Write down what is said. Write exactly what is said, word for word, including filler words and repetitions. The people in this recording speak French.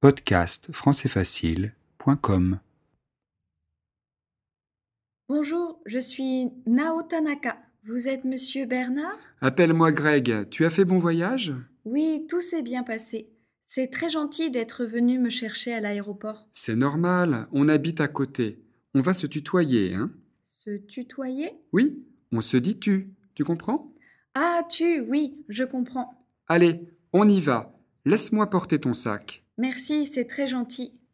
podcast français facile point com. Bonjour, je suis Nao Tanaka. Vous êtes Monsieur Bernard? Appelle-moi Greg, tu as fait bon voyage? Oui, tout s'est bien passé. C'est très gentil d'être venu me chercher à l'aéroport. C'est normal, on habite à côté. On va se tutoyer, hein? Se tutoyer? Oui, on se dit tu, tu comprends? Ah, tu, oui, je comprends. Allez, on y va. Laisse-moi porter ton sac. Merci, c'est très gentil.